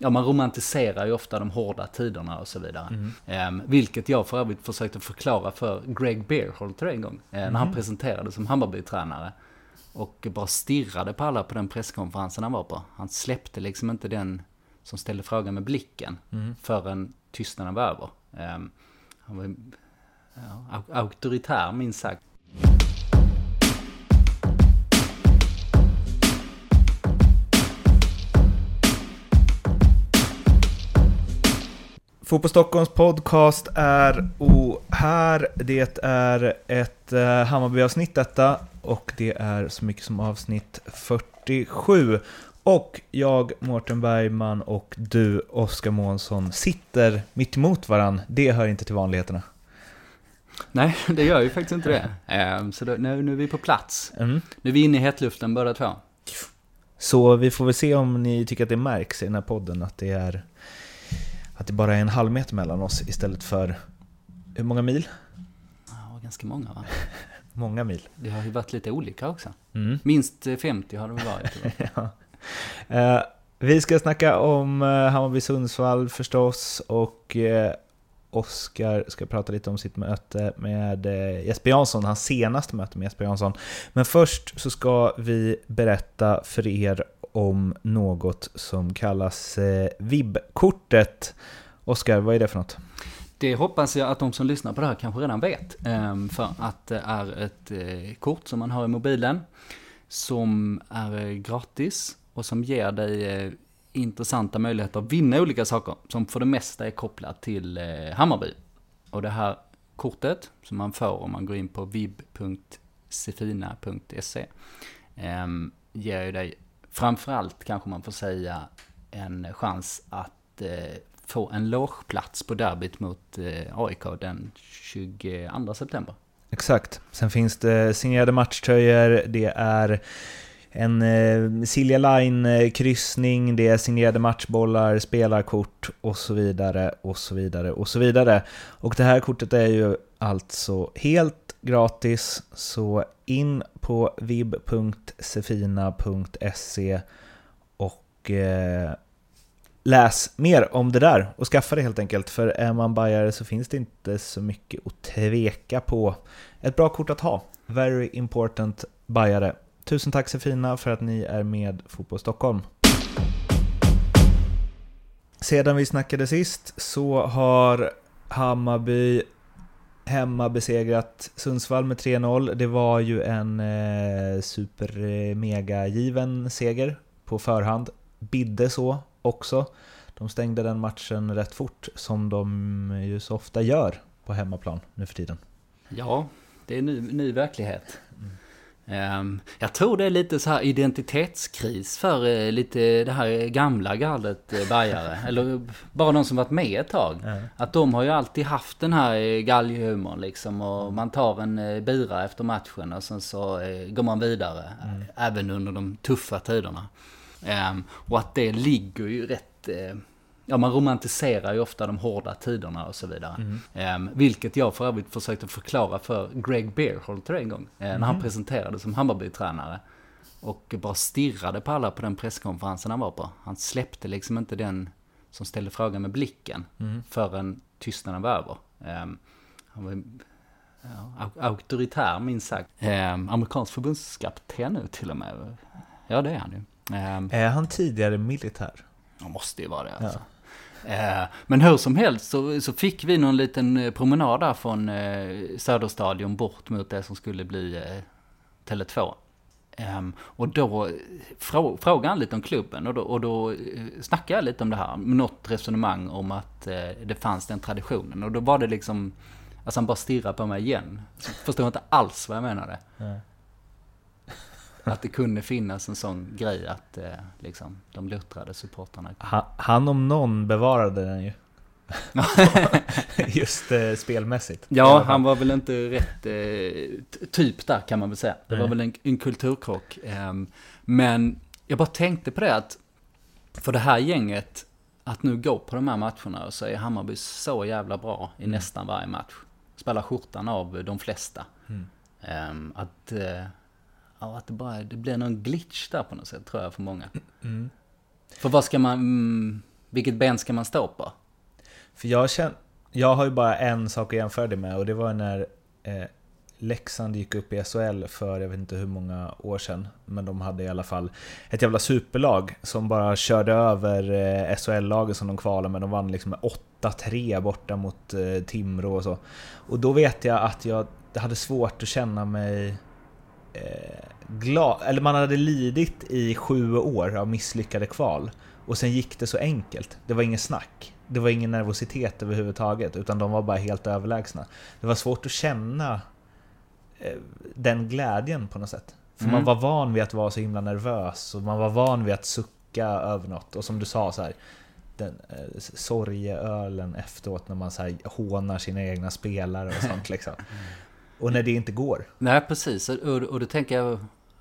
man romantiserar ju ofta de hårda tiderna och så vidare. Vilket jag för övrigt försökte förklara för Greg Berhalter en gång. När han presenterade som Hammarby-tränare. Och bara stirrade på alla på den presskonferensen han var på. Han släppte liksom inte den som ställde frågan med blicken. Förrän tystnaden var över. Han var auktoritär minst sagt. Fotboll Stockholms podcast är här. Det är ett Hammarby-avsnitt detta. Och det är så mycket som avsnitt 47. Och jag, Mårten Bergman, och du, Oskar Månsson, sitter mitt emot varann. Det hör inte till vanligheterna. Nej, det gör ju faktiskt inte det. Så då, nu är vi på plats. Nu är vi inne i hetluften båda två. Så vi får väl se om ni tycker att det märks i den här podden att det bara är en halv meter mellan oss istället för hur många mil? Ja, ganska många, va? Många mil. Det har ju varit lite olika också. Minst 50 har det varit. Ja. Vi ska snacka om Hammarby Sundsvall förstås, och Oskar ska prata lite om sitt möte med Jesper Jansson, hans senaste möte med Jesper Jansson. Men först så ska vi berätta för er om något som kallas VIB-kortet. Oskar, vad är det för något? Det hoppas jag att de som lyssnar på det här kanske redan vet. För att det är ett kort som man har i mobilen som är gratis och som ger dig intressanta möjligheter att vinna olika saker som för det mesta är kopplat till Hammarby. Och det här kortet som man får om man går in på vib.sefina.se ger ju dig framförallt, kanske man får säga, en chans att få en logeplats på derbyt mot AIK den 22 september. Exakt. Sen finns det signerade matchtröjor, det är en Silja Line-kryssning, det är signerade matchbollar, spelarkort och så vidare och så vidare och så vidare. Och det här kortet är ju alltså helt gratis, så in på vib.sefina.se och läs mer om det där och skaffa det helt enkelt, för är man bajare så finns det inte så mycket att tveka på. Ett bra kort att ha. Very important bajare. Tusen tack Sefina för att ni är med Fotboll Stockholm. Sedan vi snackade sist så har Hammarby hemma besegrat Sundsvall med 3-0. Det var ju en super-mega given seger på förhand. Bidde så också. De stängde den matchen rätt fort, som de ju så ofta gör på hemmaplan nu för tiden. Ja, det är ny verklighet. Jag tror det är lite så här identitetskris för lite det här gamla gardet bajare, eller bara de som varit med ett tag. Att de har ju alltid haft den här galghumorn liksom, och man tar en bira efter matchen och sen så går man vidare även under de tuffa tiderna. Och att det ligger ju rätt... man romantiserar ju ofta de hårda tiderna och så vidare. Vilket jag för övrigt försökte förklara för Greg Berhalter en gång. När han presenterade som Hammarby-tränare. Och bara stirrade på alla på den presskonferensen han var på. Han släppte liksom inte den som ställde frågan med blicken. Förrän tystnaden var över. Han var auktoritär minst sagt. Amerikansk förbundskapten nu till och med. Ja, det är han ju. Är han tidigare militär? Han måste ju vara det alltså. Men hur som helst så fick vi någon liten promenad där från Söderstadion bort mot det som skulle bli Tele2. Och då frågade han lite om klubben och då snackade jag lite om det här. Med något resonemang om att det fanns den traditionen. Och då var det liksom, alltså han bara stirrade på mig igen. Så förstod inte alls vad jag menade. Att det kunde finnas en sån grej att liksom, de luttrade supportarna. Han om någon bevarade den ju. Just spelmässigt. Ja, han var väl inte rätt typ där kan man väl säga. Det var väl en kulturkrock. Men jag bara tänkte på det att för det här gänget att nu gå på de här matcherna och så är Hammarby så jävla bra i nästan varje match. Spelar skjortan av de flesta. Att det blir någon glitch där på något sätt tror jag för många. För vad ska man Vilket ben ska man stå på? För jag har ju bara en sak att jämföra det med, och det var när Leksand gick upp i SHL för jag vet inte hur många år sedan, men de hade i alla fall ett jävla superlag som bara körde över SHL-laget som de kvalade, men de vann liksom med 8-3 borta mot Timrå och så. Och då vet jag att jag hade svårt att känna mig glad, eller man hade lidit i 7 år av misslyckade kval, och sen gick det så enkelt. Det var ingen snack, det var ingen nervositet överhuvudtaget, utan de var bara helt överlägsna. Det var svårt att känna den glädjen på något sätt. För man var van vid att vara så himla nervös, och man var van vid att sucka över något. Och som du sa så här, den sorgeölen efteråt när man så här hånar sina egna spelare och sånt liksom. Och när det inte går. Nej, precis. Och då tänker jag,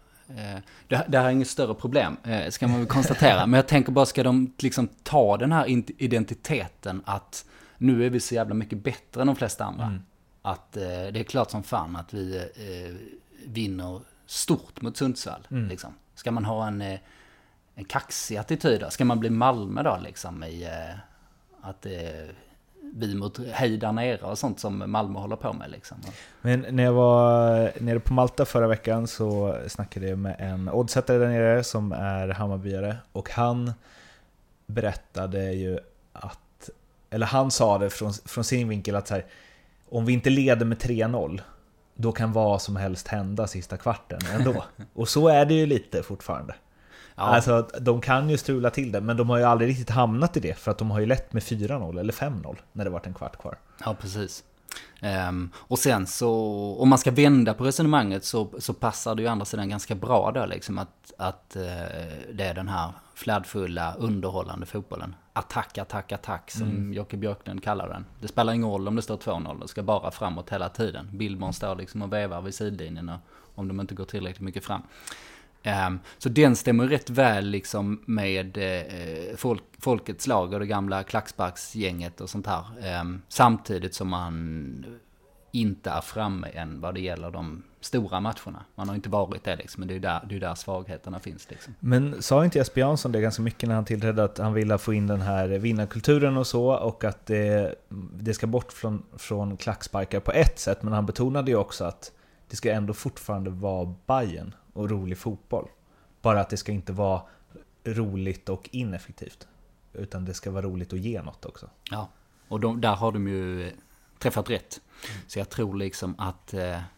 det här är inget större problem, ska man väl konstatera. Men jag tänker bara, ska de liksom ta den här identiteten att nu är vi så jävla mycket bättre än de flesta andra. Att det är klart som fan att vi vinner stort mot Sundsvall. Liksom. Ska man ha en kaxig attityd då? Ska man bli Malmö då liksom, i att vi mot hej där nere och sånt som Malmö håller på med liksom. Men när jag var nere på Malta förra veckan så snackade jag med en oddsättare där nere som är Hammarbyare, och han berättade ju att, eller han sa det från sin vinkel att så här, om vi inte leder med 3-0, då kan vad som helst hända sista kvarten ändå. Och så är det ju lite fortfarande. Ja. Alltså, de kan ju strula till det, men de har ju aldrig riktigt hamnat i det, för att de har ju lett med 4-0 eller 5-0 när det varit en kvart kvar. Ja, precis. Och sen så, om man ska vända på resonemanget så passar det ju andra sidan ganska bra då liksom, att det är den här flärdfulla, underhållande fotbollen. Attack som Jocke Björklund kallar den. Det spelar ingen roll om det står 2-0, det ska bara framåt hela tiden. Billborn står liksom och vevar vid sidlinjerna om de inte går tillräckligt mycket fram. Så den stämmer rätt väl liksom med folkets lag och det gamla klacksparksgänget och sånt här. Samtidigt som man inte är framme än vad det gäller de stora matcherna. Man har inte varit det liksom, men det är ju där svagheterna finns liksom. Men sa inte Jesper Jansson det ganska mycket när han tillträdde, att han ville få in den här vinnarkulturen och så, och att det ska bort från klacksparkar på ett sätt, men han betonade ju också att det ska ändå fortfarande vara Bayern och rolig fotboll. Bara att det ska inte vara roligt och ineffektivt, utan det ska vara roligt att ge något också. Ja, och där har de ju träffat rätt. Så jag tror liksom att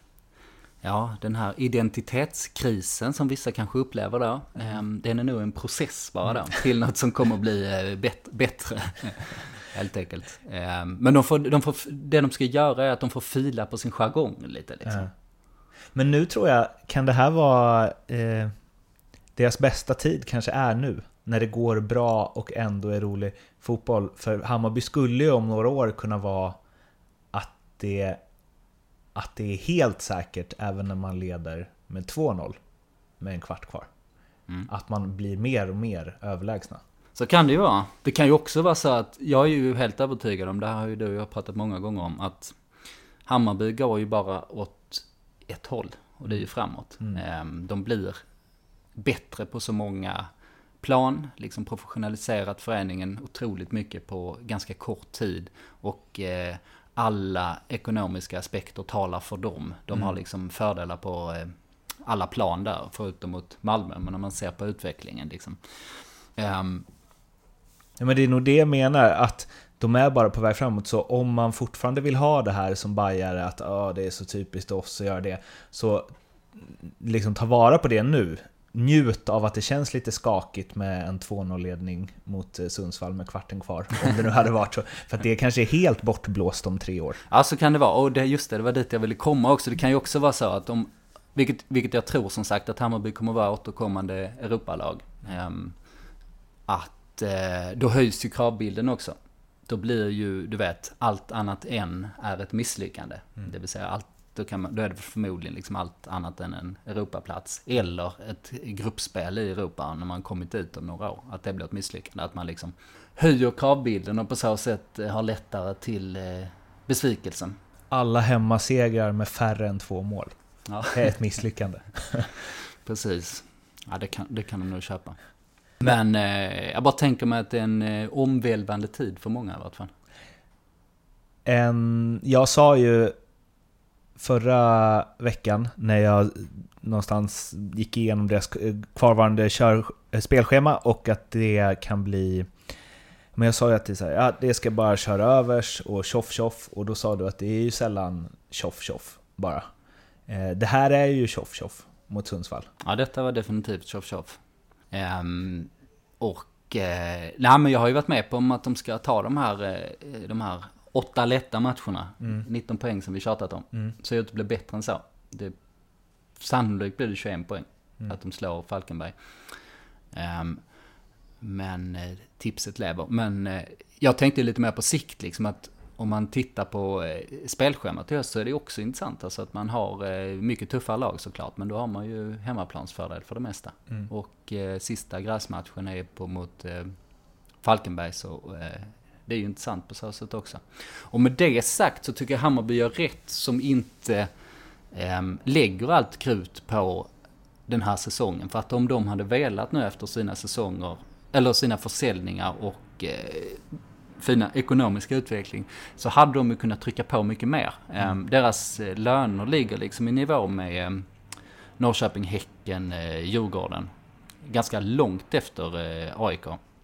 den här identitetskrisen som vissa kanske upplever då, den är nog en process bara då, till något som kommer att bli bättre. Helt enkelt. Men det de ska göra är att de får fila på sin jargong lite liksom. Ja. Men nu tror jag, kan det här vara deras bästa tid kanske är nu, när det går bra och ändå är rolig fotboll. För Hammarby skulle ju om några år kunna vara att det är helt säkert även när man leder med 2-0 med en kvart kvar. Att man blir mer och mer överlägsna. Så kan det ju vara. Det kan ju också vara så att, jag är ju helt övertygad om, det här har ju du och jag pratat många gånger om, att Hammarby går ju bara åt ett håll, och det är ju framåt. De blir bättre på så många plan, liksom professionaliserat föreningen otroligt mycket på ganska kort tid, och alla ekonomiska aspekter talar för dem. De har liksom fördelar på alla plan där, förutom mot Malmö, men när man ser på utvecklingen liksom. Ja, men det är nog det jag menar, att de är bara på väg framåt. Så om man fortfarande vill ha det här som bajare, att det är så typiskt oss att göra det, så liksom ta vara på det nu. Njut av att det känns lite skakigt med en 2-0-ledning mot Sundsvall med kvarten kvar, om det nu hade varit så. För att det kanske är helt bortblåst om 3 år. Ja, så kan det vara. Och det var dit jag ville komma också. Det kan ju också vara så att vilket jag tror som sagt, att Hammarby kommer vara återkommande Europalag. Då höjs ju kravbilden också. Då blir ju, du vet, allt annat än är ett misslyckande. Det vill säga då är det förmodligen liksom allt annat än en Europaplats eller ett gruppspel i Europa när man kommit ut om några år. Att det blir ett misslyckande. Att man liksom höjer kravbilden och på så sätt har lättare till besvikelsen. Alla hemmasegrar med färre än 2 mål. Ja. Det är ett misslyckande. Precis. Ja, det kan de nog köpa. Men jag bara tänker mig att det är en omvälvande tid för många i vart fall. Jag sa ju förra veckan när jag någonstans gick igenom deras kvarvarande spelschema och att det kan bli... Men jag sa ju att det ska bara köra övers och tjoff, och då sa du att det är ju sällan tjoff bara. Det här är ju tjoff mot Sundsvall. Ja, detta var definitivt tjoff. Nej, men jag har ju varit med på att de ska ta de här 8 lätta matcherna. 19 poäng som vi tjatat om. Så jag att det blir bättre än så. Sannolikt blir det 21 poäng att de slår Falkenberg. Men tipset lever. Men jag tänkte lite mer på sikt liksom, att om man tittar på spelschemat till höst så är det också intressant. Alltså att man har mycket tuffare lag såklart, men då har man ju hemmaplansfördel för det mesta. Och sista gräsmatchen är mot Falkenberg, så det är ju intressant på så sätt också. Och med det sagt så tycker jag Hammarby gör rätt som inte lägger allt krut på den här säsongen. För att om de hade velat nu efter sina säsonger eller sina försäljningar och fina ekonomiska utveckling, så hade de ju kunnat trycka på mycket mer. Deras löner ligger liksom i nivå med Norrköping, Häcken, Djurgården. Ganska långt efter AIK.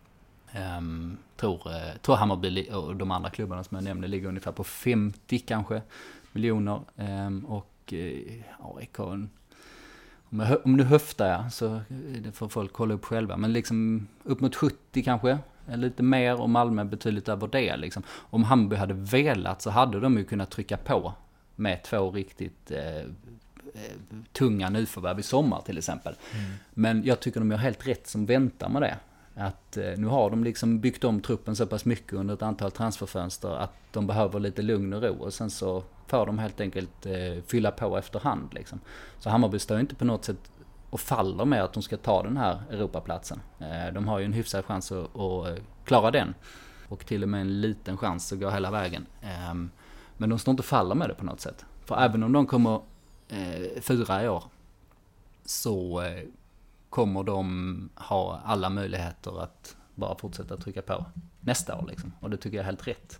Tror Hammarby och de andra klubbarna som jag nämnde ligger ungefär på 50 kanske miljoner. Och AIK, om du höftar jag, så det får folk kolla upp själva. Men liksom upp mot 70 kanske. Eller lite mer, och Malmö betydligt över det. Liksom. Om Hammarby hade velat så hade de ju kunnat trycka på med 2 riktigt tunga nyförvärv i sommar till exempel. Men jag tycker de gör helt rätt som väntar med det. Att nu har de liksom byggt om truppen så pass mycket under ett antal transferfönster att de behöver lite lugn och ro, och sen så får de helt enkelt fylla på efterhand liksom. Så Hammarby står inte på något sätt och faller med att de ska ta den här Europaplatsen. De har ju en hyfsad chans att klara den, och till och med en liten chans att gå hela vägen. Men de står inte och faller med det på något sätt. För även om de kommer 4 i år, så kommer de ha alla möjligheter att bara fortsätta trycka på nästa år liksom. Och det tycker jag är helt rätt.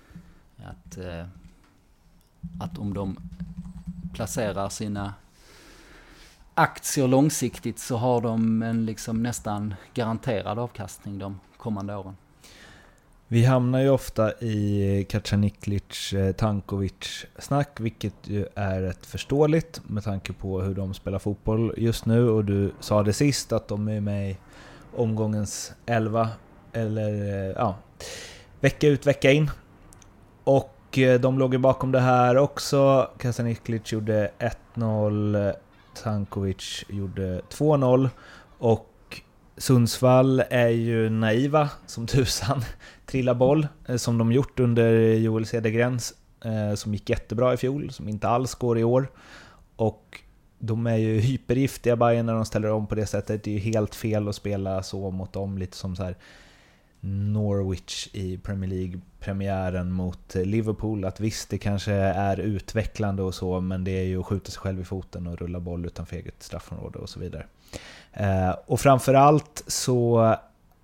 Att om de placerar sina aktier långsiktigt, så har de en liksom nästan garanterad avkastning de kommande åren. Vi hamnar ju ofta i Kacaniklic, Tankovic snack, vilket ju är rätt förståeligt med tanke på hur de spelar fotboll just nu, och du sa det sist att de är med i omgångens 11 eller vecka ut, vecka in, och de låg ju bakom det här också. Kacaniklic gjorde 1-0, Tankovic gjorde 2-0, och Sundsvall är ju naiva som tusan, trilla boll som de gjort under Joel Cedergrens, som gick jättebra i fjol, som inte alls går i år, och de är ju hypergiftiga Bayern när de ställer om på det sättet. Det är ju helt fel att spela så mot dem, lite som så här Norwich i Premier League-premiären mot Liverpool, att visst det kanske är utvecklande och så, men det är ju att skjuta sig själv i foten och rulla boll utanför eget straffområde och så vidare. Och framförallt så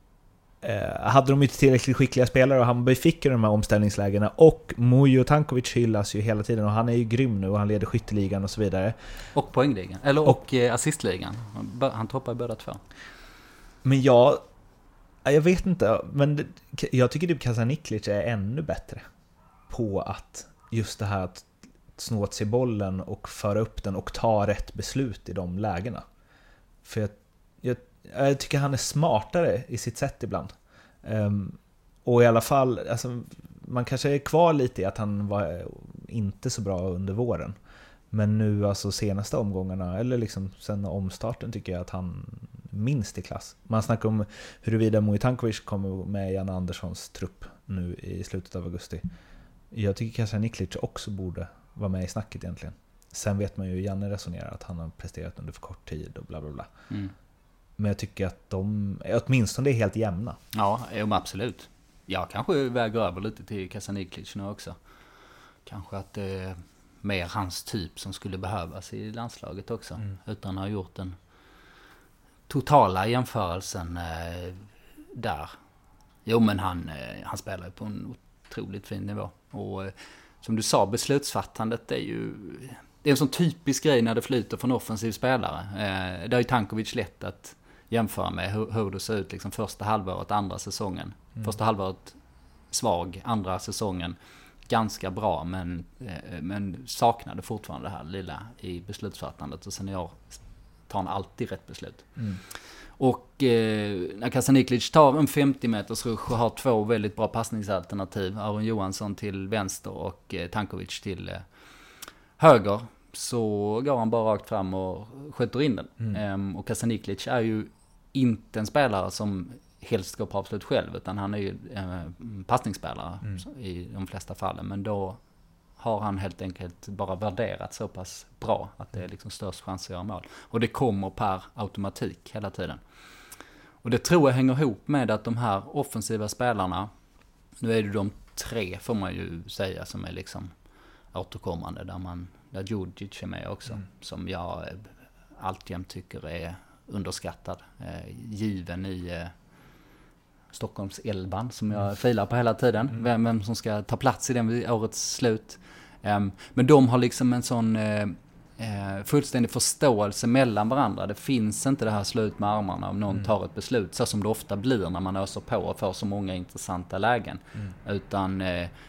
hade de inte tillräckligt skickliga spelare, och Hammarby fick ju de här omställningslägena, och Mujo Tankovic hyllas ju hela tiden, och han är ju grym nu och han leder skytteligan och så vidare. Och poängligan, eller och assistligan. Han toppar båda 2. Men jag vet inte, men jag tycker typ Kacaniklic är ännu bättre på att just det här att snå åt sig bollen och föra upp den och ta rätt beslut i de lägena. För jag tycker han är smartare i sitt sätt ibland. Och i alla fall, alltså, man kanske är kvar lite i att han var inte så bra under våren. Men nu alltså senaste omgångarna, eller liksom sen omstarten, tycker jag att han minst i klass. Man snackar om huruvida Mujo Tankovic kommer med Jan Anderssons trupp nu i slutet av augusti. Jag tycker Kacaniklic också borde vara med i snacket egentligen. Sen vet man ju, Janne resonerar att han har presterat under för kort tid och bla bla bla. Men jag tycker att de åtminstone är helt jämna. Ja, absolut. Jag kanske väger över lite till Kacaniklic nu också. Kanske att det är mer hans typ som skulle behövas i landslaget också. Utan att ha gjort en totala jämförelsen där. Jo, men han spelar ju på en otroligt fin nivå. Och som du sa, beslutsfattandet är en sån typisk grej när det flyter från offensiv spelare. Det är ju Tankovic lätt att jämföra med hur det ser ut liksom första halvåret, andra säsongen. Första halvåret svag, andra säsongen ganska bra, men saknade fortfarande det här lilla i beslutsfattandet. Och sen i år tar han alltid rätt beslut. Och när Kasaniklic tar en 50 meters rush och har 2 väldigt bra passningsalternativ, Aron Johansson till vänster och Tankovic till höger, så går han bara rakt fram och skjuter in den. Och Kasaniklic är ju inte en spelare som helst går på avslut själv, utan han är ju passningsspelare i de flesta fallen. Men då har han helt enkelt bara värderat så pass bra att det är liksom störst chans att göra mål. Och det kommer per automatik hela tiden. Och det tror jag hänger ihop med att de här offensiva spelarna, nu är det de 3 får man ju säga som är liksom återkommande, där Djurdjic är med också, som jag alltjämt tycker är underskattad, given i Stockholms Elban som jag filar på hela tiden, vem som ska ta plats i den vid årets slut. Men de har liksom en sån fullständig förståelse mellan varandra. Det finns inte det här slut med armarna om någon tar ett beslut, så som det ofta blir när man öser på och får så många intressanta lägen. Utan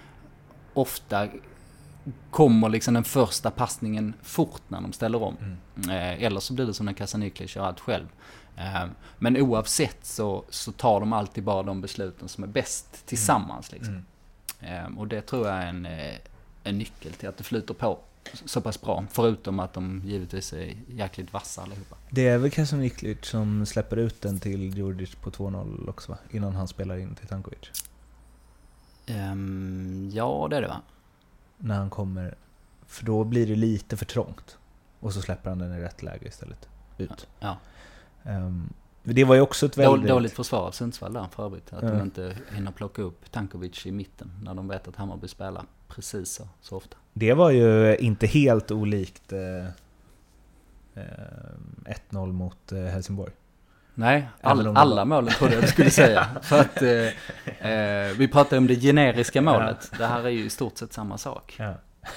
ofta kommer liksom den första passningen fort när de ställer om. Eller så blir det som när Kasaniklic kör allt själv. Men oavsett så tar de alltid bara de besluten som är bäst tillsammans. Liksom. Och det tror jag är en nyckel till att det flyter på så pass bra. Förutom att de givetvis är jäkligt vassa allihopa. Det är väl Kasaniklic som släpper ut den till Djurdjic på 2-0 också, va? Innan han spelar in till Tankovic. Ja, det är det, va? När han kommer, för då blir det lite för trångt. Och så släpper han den i rätt läge istället ut. Ja. Det var ju också ett väldigt... Dåligt försvar av Sundsvall där för övrigt. Att de inte hinner plocka upp Tankovic i mitten när de vet att Hammarby spelar precis så ofta. Det var ju inte helt olikt 1-0 mot Helsingborg. Nej, alla målen trodde jag du skulle säga. För att vi pratade om det generiska målet. Det här är ju i stort sett samma sak. Ja.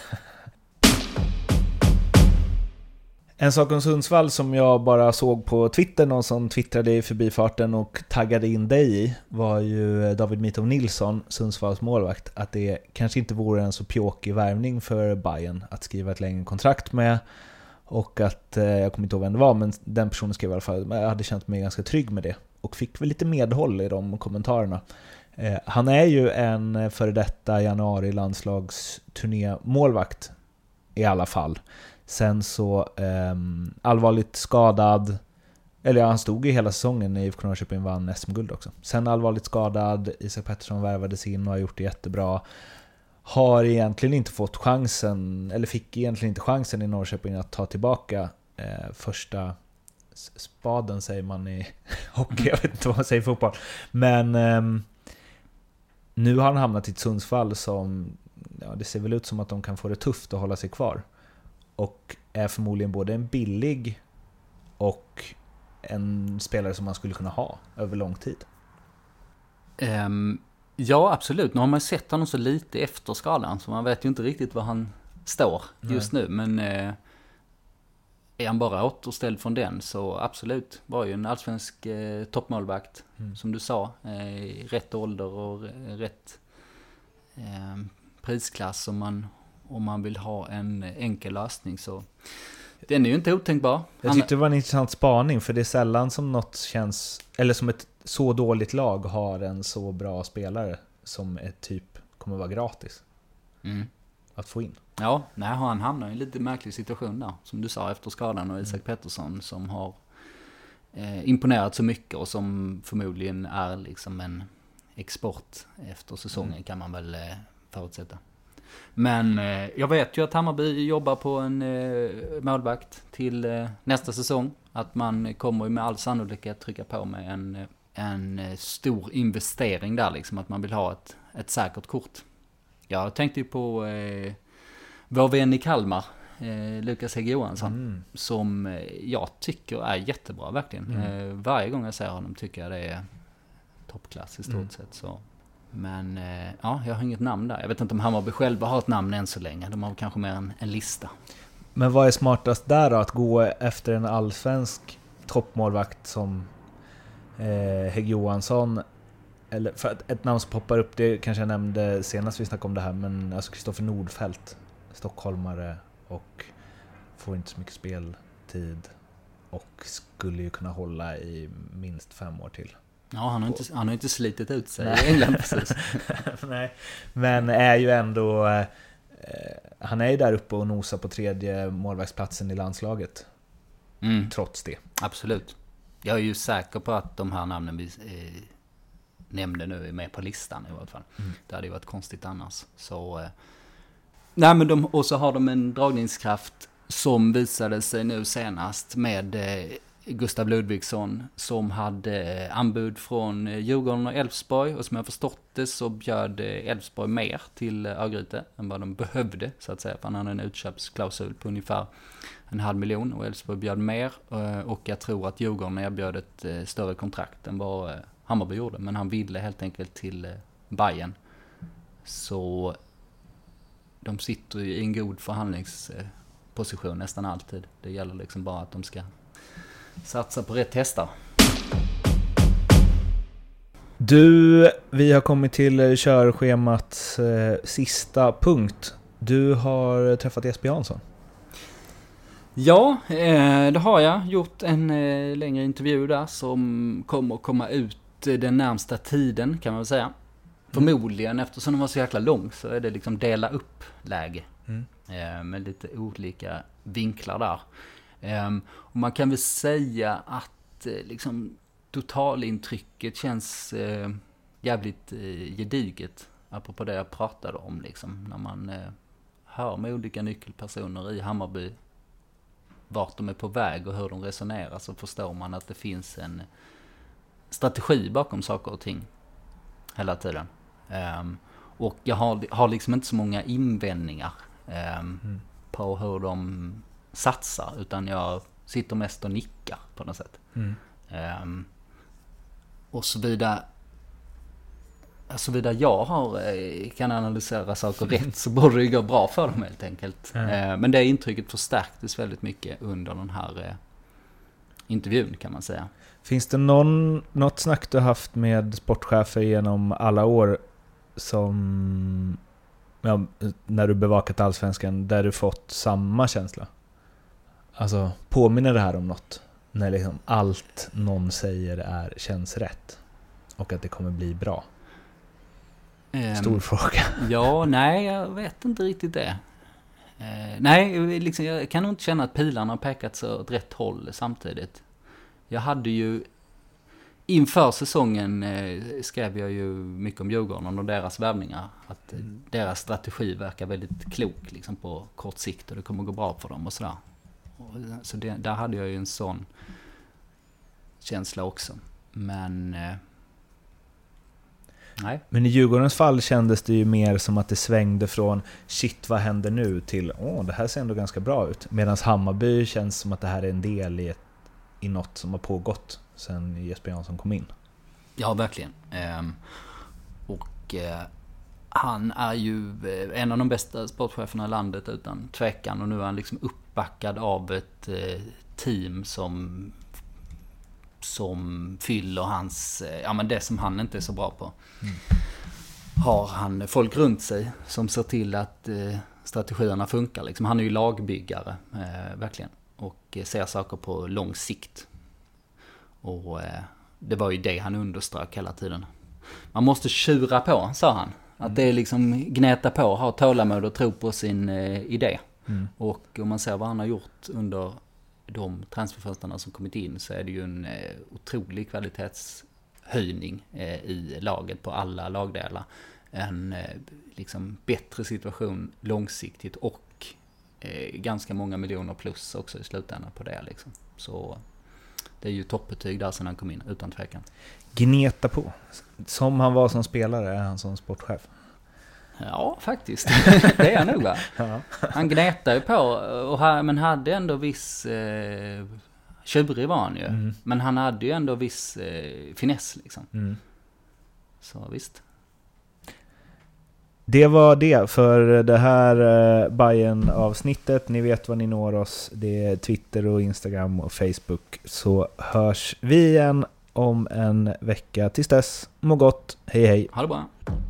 En sak om Sundsvall som jag bara såg på Twitter, någon som twittrade i förbifarten och taggade in dig i, var ju David Mitov Nilsson, Sundsvalls målvakt, att det kanske inte vore en så pjåkig värvning för Bayern att skriva ett längre kontrakt med, och att, jag kommer inte ihåg vem det var, men den personen skrev i alla fall, jag hade känt mig ganska trygg med det och fick väl lite medhåll i de kommentarerna. Han är ju en före detta januari-landslagsturné-målvakt i alla fall. Sen så allvarligt skadad, eller ja, han stod i hela säsongen när IFK Norrköping vann SM-guld också. Sen allvarligt skadad, Isak Pettersson värvades in och har gjort det jättebra. Har egentligen inte fått chansen, eller fick egentligen inte chansen i Norrköping att ta tillbaka första spaden, säger man i hockey, jag vet inte vad man säger i fotboll. Men nu har han hamnat i ett Sundsvall som, ja, det ser väl ut som att de kan få det tufft att hålla sig kvar. Och är förmodligen både en billig och en spelare som man skulle kunna ha över lång tid. Ja, absolut. Nu har man sett honom så lite efter skadan, så man vet ju inte riktigt var han står just nu. Men är han bara återställd från den, så absolut. Var ju en allsvensk toppmålvakt, som du sa. I rätt ålder och rätt prisklass om man vill ha en enkel lösning, så den är ju inte otänkbar. Jag tyckte det var en intressant spaning, för det är sällan som något känns, eller som ett så dåligt lag har en så bra spelare som ett typ kommer vara gratis att få in. Ja, han hamnar i en lite märklig situation där, som du sa, efter skadan, och Isak Pettersson som har imponerat så mycket och som förmodligen är liksom en export efter säsongen, kan man väl förutsätta. Men jag vet ju att Hammarby jobbar på en målvakt till nästa säsong. Att man kommer med all sannolikhet trycka på med en stor investering där, liksom, att man vill ha ett säkert kort. Jag tänkte ju på vår vän i Kalmar, Lukas Hägg Johansson, som jag tycker är jättebra verkligen. Varje gång jag ser honom tycker jag det är toppklass i stort sett. Så. Men ja, jag har inget namn där. Jag vet inte om Hammarby själva har ett namn än så länge. De har kanske mer en lista. Men vad är smartast där då? Att gå efter en allsvensk toppmålvakt som Hägg Johansson? Eller för att ett namn som poppar upp, det kanske jag nämnde senast vi snackade om det här, men alltså Kristoffer Nordfeldt, stockholmare, och får inte så mycket speltid och skulle ju kunna hålla i minst 5 år till. Ja, han har inte slitit ut sig i England precis. Nej, men är ju ändå han är ju där uppe och nosar på 3:e målvaktsplatsen i landslaget. Trots det. Absolut. Jag är ju säker på att de här namnen vi nämnde nu är med på listan i alla fall. Det hade ju varit konstigt annars. Så, nej, men och så har de en dragningskraft som visade sig nu senast med Gustav Ludvigsson, som hade anbud från Djurgården och Elfsborg, och som jag förstått det så bjöd Elfsborg mer till Örgryte än vad de behövde, så att säga, för han hade en utköpsklausul på ungefär 500 000 och Elfsborg bjöd mer, och jag tror att Djurgården erbjöd ett större kontrakt än vad Hammarby gjorde, men han ville helt enkelt till Bayern. Så de sitter ju i en god förhandlingsposition nästan alltid. Det gäller liksom bara att de ska satsa på rätt hästar. Du, vi har kommit till körschemats sista punkt. Du har träffat Jesper Jansson. Ja, det har jag. Gjort en längre intervju där som kommer att komma ut den närmsta tiden, kan man väl säga. Förmodligen, eftersom den var så jäkla lång, så är det liksom dela upp läge. Med lite olika vinklar där. Och man kan väl säga att liksom totalintrycket känns jävligt gediget, apropå det jag pratade om liksom, när man hör med olika nyckelpersoner i Hammarby vart de är på väg och hur de resonerar, så förstår man att det finns en strategi bakom saker och ting hela tiden. Och jag har liksom inte så många invändningar på hur de satsar, utan jag sitter mest och nickar på något sätt. Och såvida jag kan analysera saker rätt, så borde det gå bra för dem helt enkelt. Men det intrycket förstärktes väldigt mycket under den här intervjun, kan man säga. Finns det något snack du haft med sportchefer genom alla år som, ja, när du bevakat Allsvenskan, där du fått samma känsla? Alltså, påminner det här om något? När liksom allt någon säger känns rätt och att det kommer bli bra? Stor fråga. Ja, nej, jag vet inte riktigt det. Nej, liksom, jag kan nog inte känna att pilarna har pekat så åt rätt håll samtidigt. Jag hade ju inför säsongen skrev jag ju mycket om Djurgården och deras värvningar. Att deras strategi verkar väldigt klok liksom, på kort sikt, och det kommer gå bra för dem och sådär. Så där hade jag ju en sån känsla också. Men nej. Men i Djurgårdens fall kändes det ju mer som att det svängde från shit, vad händer nu, till det här ser ändå ganska bra ut. Medan Hammarby känns som att det här är en del i något som har pågått sen Jesper Jansson kom in. Ja, verkligen. Han är ju en av de bästa sportcheferna i landet utan tvekan, och nu är han liksom uppbackad av ett team som fyller hans, men det som han inte är så bra på. Har han folk runt sig som ser till att strategierna funkar liksom. Han är ju lagbyggare verkligen, och ser saker på lång sikt. Och det var ju det han underströk hela tiden. Man måste tjura på, sa han. Att det är liksom gnäta på, ha tålamod och tro på sin idé. Och om man ser vad han har gjort under de transferfönsterna som kommit in, så är det ju en otrolig kvalitetshöjning i laget på alla lagdelar. En liksom bättre situation långsiktigt, och ganska många miljoner plus också i slutändan på det liksom. Så det är ju toppbetyg där sedan han kom in, utan tvekan. Gneta på. Som han var som spelare, är han som sportchef? Ja, faktiskt. Det är nog va. Ja. Han gnetade ju på, men hade ändå viss... tjurig var han ju. Men han hade ju ändå viss finess liksom. Så visst. Det var det för det här Bayern-avsnittet. Ni vet vad ni når oss. Det är Twitter och Instagram och Facebook. Så hörs vi igen om en vecka. Tills dess, må gott. Hej hej. Ha det bra.